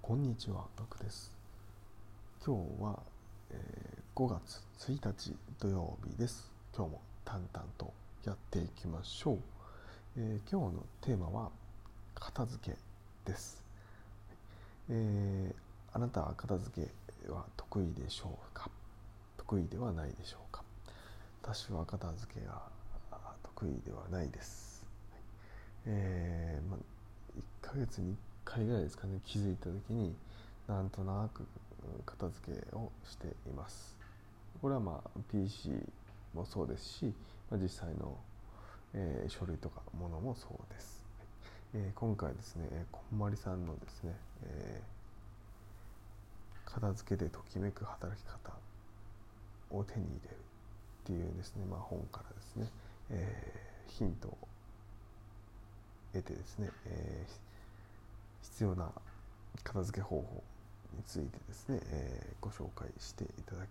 こんにちは、ガクです。今日は、5月1日土曜日です。今日も淡々とやっていきましょう。今日のテーマは片付けです。あなたは片付けは得意でしょうか？得意ではないでしょうか？私は片付けが得意ではないです。1ヶ月に1回ぐらいですかね、気づいた時になんとなく片付けをしています。これはPC もそうですし、実際の、書類とかものもそうです。今回ですね、こんまりさんのですね、片付けでときめく働き方を手に入れるっていうですね、本からですね、ヒントを得てですね、必要な片付け方法についてですね、ご紹介してい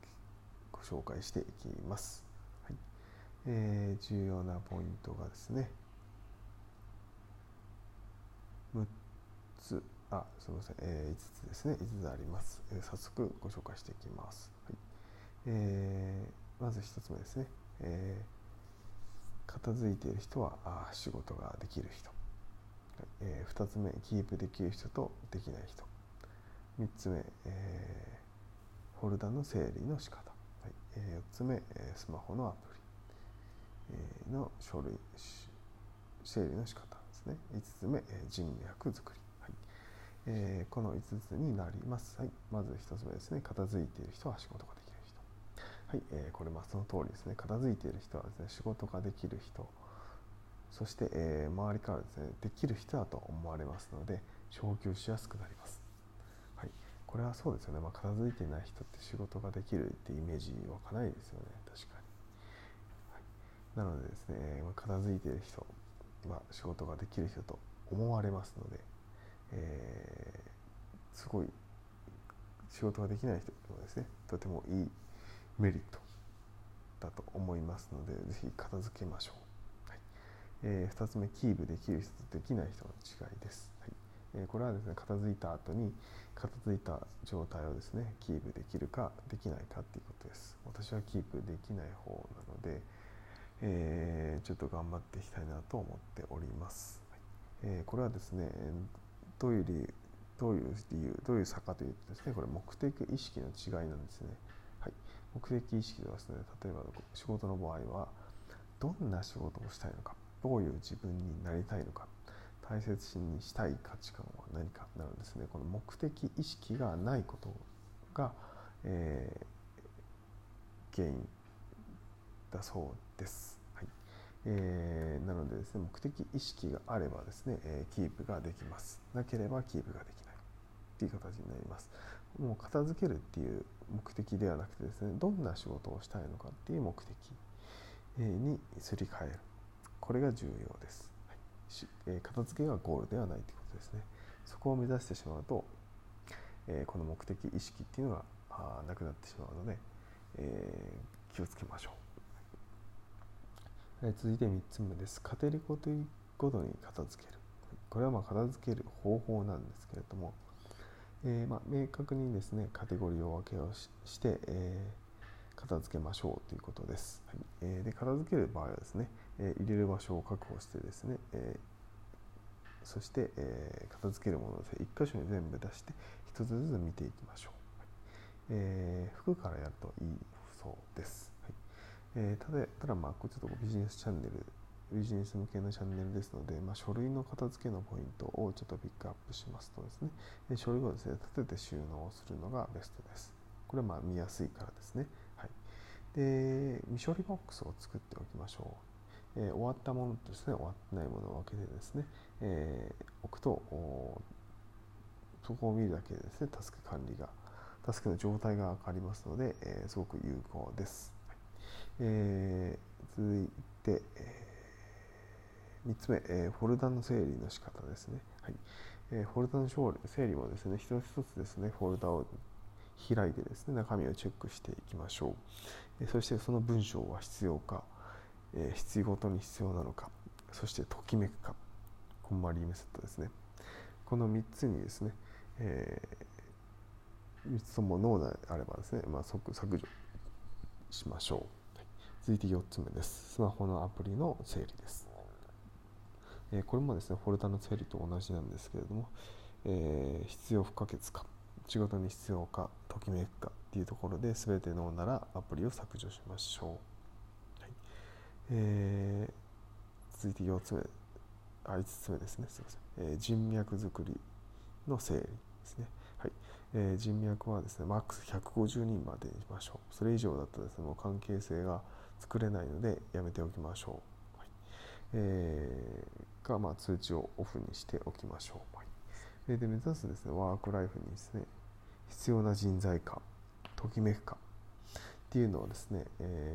きます。はい。重要なポイントがですね、6つ、すみません、5つですね、5つあります。早速ご紹介していきます。はい。まず1つ目ですね、片付いている人は仕事ができる人。2つ目、キープできる人とできない人。3つ目、フォルダの整理の仕方。4つ目、スマホのアプリの書類整理の仕方ですね。5つ目、人脈作り。この5つになります。まず1つ目ですね、片付いている人は仕事ができる人。これその通りですね。片付いている人はですね、仕事ができる人、そして、周りからですね、できる人だと思われますので、昇給しやすくなります。これはそうですよね。片付いていない人って仕事ができるってイメージ湧かないですよね。確かに。なのでですね、片付いている人、仕事ができる人と思われますので、すごい仕事ができない人もですね、とてもいいメリットだと思いますので、ぜひ片付けましょう。2つ目、キープできる人とできない人の違いです。これはですね、片付いた後に片付いた状態をですね、キープできるかできないかっていうことです。私はキープできない方なので、ちょっと頑張っていきたいなと思っております。これはですね、どういう差かというとですね、これ目的意識の違いなんですね。目的意識はですね、例えば仕事の場合はどんな仕事をしたいのか、どういう自分になりたいのか、大切にしたい価値観は何かなるんですね。この目的意識がないことが、原因だそうです。なのでですね、目的意識があればですね、キープができます。なければキープができないっていう形になります。もう片付けるっていう目的ではなくてですね、どんな仕事をしたいのかっていう目的にすり替える。これが重要です。片付けがゴールではないということですね。そこを目指してしまうと、この目的意識っていうのがなくなってしまうので、気をつけましょう。続いて3つ目です。カテゴリーごとに片付ける。これは片付ける方法なんですけれども、明確にですね、カテゴリーを分けをして、片付けましょうということです。で、片付ける場合はですね、入れる場所を確保してですね、そして、片付けるものを1箇所に全部出して1つずつ見ていきましょう。服からやるといいそうです。ただちょっとビジネス向けのチャンネルですので、書類の片付けのポイントをちょっとピックアップしますとですね、書類をですね、立てて収納するのがベストです。これは見やすいからですね。で、未処理ボックスを作っておきましょう。終わったものとですね、終わってないものを分けてですね、置くと、そこを見るだけでですね、タスクの状態が分かりますので、すごく有効です。続いて、3つ目、フォルダの整理の仕方ですね。フォルダの整理もですね、一つ一つですね、フォルダを開いてですね、中身をチェックしていきましょう。そしてその文章は必要か、必要ごとに必要なのか、そしてときめくか、こんまりメソッドですね。この3つにですね、 3つともノーであればですね、即削除しましょう。はい、続いて4つ目です。スマホのアプリの整理です。これもですね、フォルダの整理と同じなんですけれども、必要不可欠か、仕事に必要か、ときめくかっていうところで全てノーならアプリを削除しましょう。はい、続いて5つ目ですね。すいません。人脈作りの整理ですね。はい、人脈はですね、マックス150人までにしましょう。それ以上だとですね、もう関係性が作れないのでやめておきましょう。はい、通知をオフにしておきましょう。はい、で目指すですね、ワークライフにですね、必要な人材か、ときめくかっていうのをですね、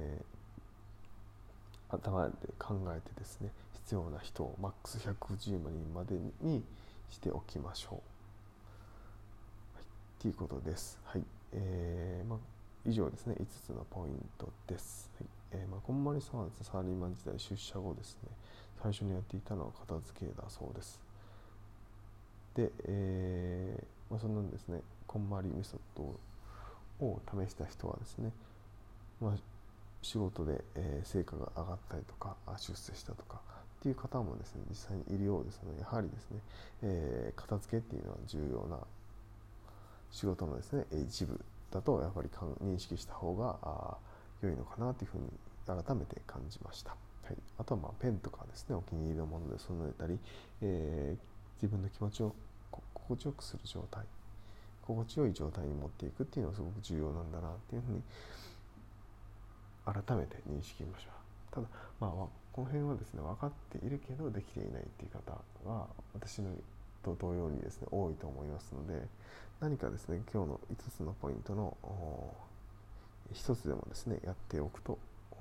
頭で考えてですね、必要な人をマックス110人までにしておきましょう。はい、ということです。はい、以上ですね、5つのポイントです。はい、こんまりさんはサラリーマン時代出社後ですね、最初にやっていたのは片付けだそうです。で、そんなですね、こんまりメソッドを試した人はですね、仕事で、成果が上がったりとか出世したとかっていう方もですね、実際にいるようですので、やはりですね、片付けっていうのは重要な仕事のですね一部だとやっぱり認識した方が良いのかなというふうに改めて感じました。はい、あとはペンとかですね、お気に入りのもので備えたり、自分の気持ちを心地よくする状態、心地よい状態に持っていくっていうのはすごく重要なんだなっていうふうに改めて認識しました。ただこの辺はですね、分かっているけどできていないっていう方は私のと同様にですね多いと思いますので、何かですね今日の5つのポイントの1つでもですねやっておくと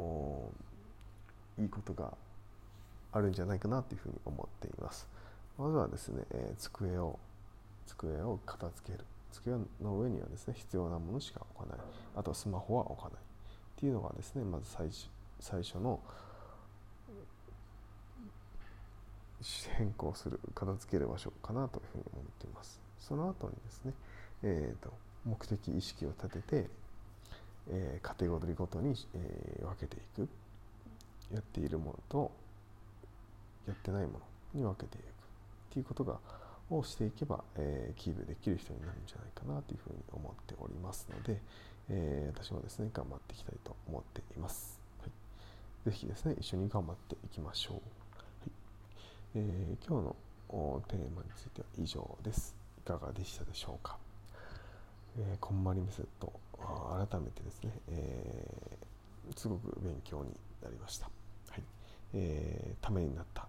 いいことがあるんじゃないかなというふうに思っています。まずはですね、机を片付ける。机の上にはですね必要なものしか置かない。あとはスマホは置かないっていうのがですね、まず最初の変更する、片付ける場所かなというふうに思っています。その後にですね、目的意識を立てて、カテゴリーごとに、分けていく。やっているものとやってないものに分けていくっていうことをしていけば、キープできる人になるんじゃないかなというふうに思っておりますので、私もですね頑張っていきたいと思っています。はい、ぜひですね一緒に頑張っていきましょう。はい、今日のテーマについては以上です。いかがでしたでしょうか。こんまりメソッド改めてですね、すごく勉強になりました。はい、ためになった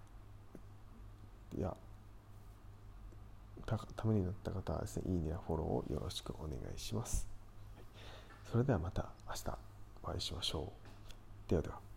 ためになった方はですね、いいねやフォローをよろしくお願いします。はい、それではまた明日お会いしましょう。ではでは。